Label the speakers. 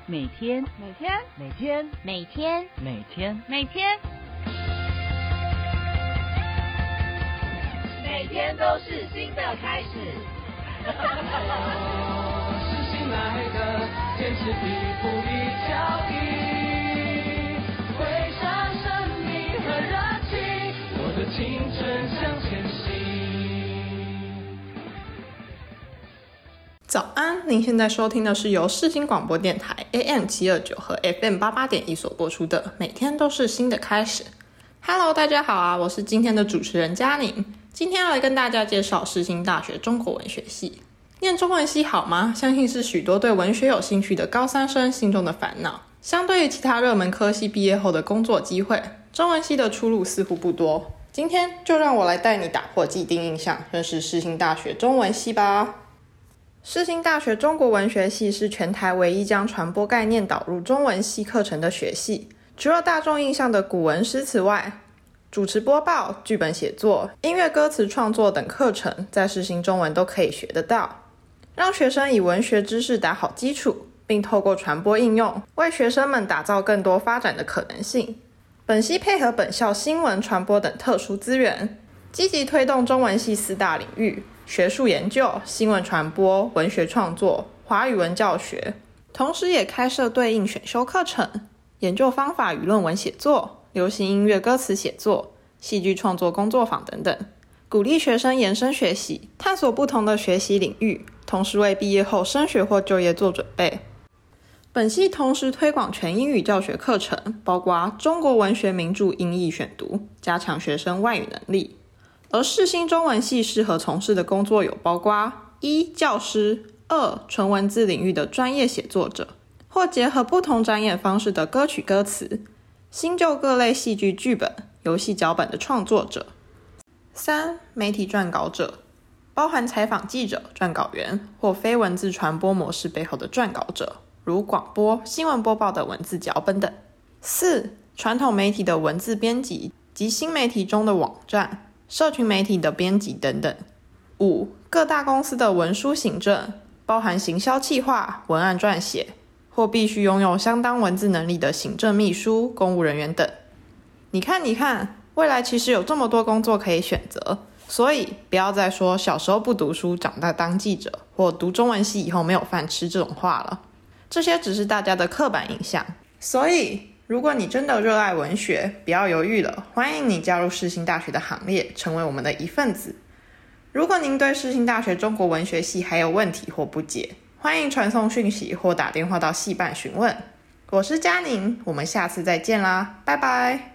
Speaker 1: 每天
Speaker 2: 都是新的开始。
Speaker 3: 是新来的，坚持一步一脚印，挥洒生命和热情，我的青春向前行。
Speaker 4: 早安，您现在收听的是由世新广播电台 AM729 和 FM88.1 所播出的每天都是新的开始。Hello， 大家好啊，我是今天的主持人嘉宁。今天要来跟大家介绍世新大学中国文学系。念中文系好吗？相信是许多对文学有兴趣的高三生心中的烦恼。相对于其他热门科系毕业后的工作机会，中文系的出路似乎不多。今天就让我来带你打破既定印象，认识世新大学中文系吧。世新大学中国文学系是全台唯一将传播概念导入中文系课程的学系。除了大众印象的古文诗词外，主持播报、剧本写作、音乐歌词创作等课程在世新中文都可以学得到，让学生以文学知识打好基础，并透过传播应用为学生们打造更多发展的可能性。本系配合本校新闻传播等特殊资源，积极推动中文系4大领域：学术研究、新闻传播、文学创作、华语文教学，同时也开设对应选修课程，研究方法与论文写作、流行音乐歌词写作、戏剧创作工作坊等等，鼓励学生延伸学习，探索不同的学习领域，同时为毕业后升学或就业做准备。本系同时推广全英语教学课程，包括中国文学名著英译选读，加强学生外语能力。而世新中文系适合从事的工作有包括1. 教师 2. 纯文字领域的专业写作者，或结合不同展演方式的歌曲歌词、新旧各类戏剧剧本、游戏脚本的创作者。3. 媒体撰稿者，包含采访记者、撰稿员或非文字传播模式背后的撰稿者，如广播、新闻播报的文字脚本等。4. 传统媒体的文字编辑及新媒体中的网站、社群媒体的编辑等等。5. 各大公司的文书行政，包含行销企划、文案撰写，或必须拥有相当文字能力的行政秘书、公务人员等。你看，未来其实有这么多工作可以选择，所以不要再说小时候不读书，长大当记者，或读中文系以后没有饭吃这种话了。这些只是大家的刻板印象。所以如果你真的热爱文学，不要犹豫了，欢迎你加入世新大学的行列，成为我们的一份子。如果您对世新大学中国文学系还有问题或不解，欢迎传送讯息或打电话到系办询问。我是嘉宁，我们下次再见啦，拜拜。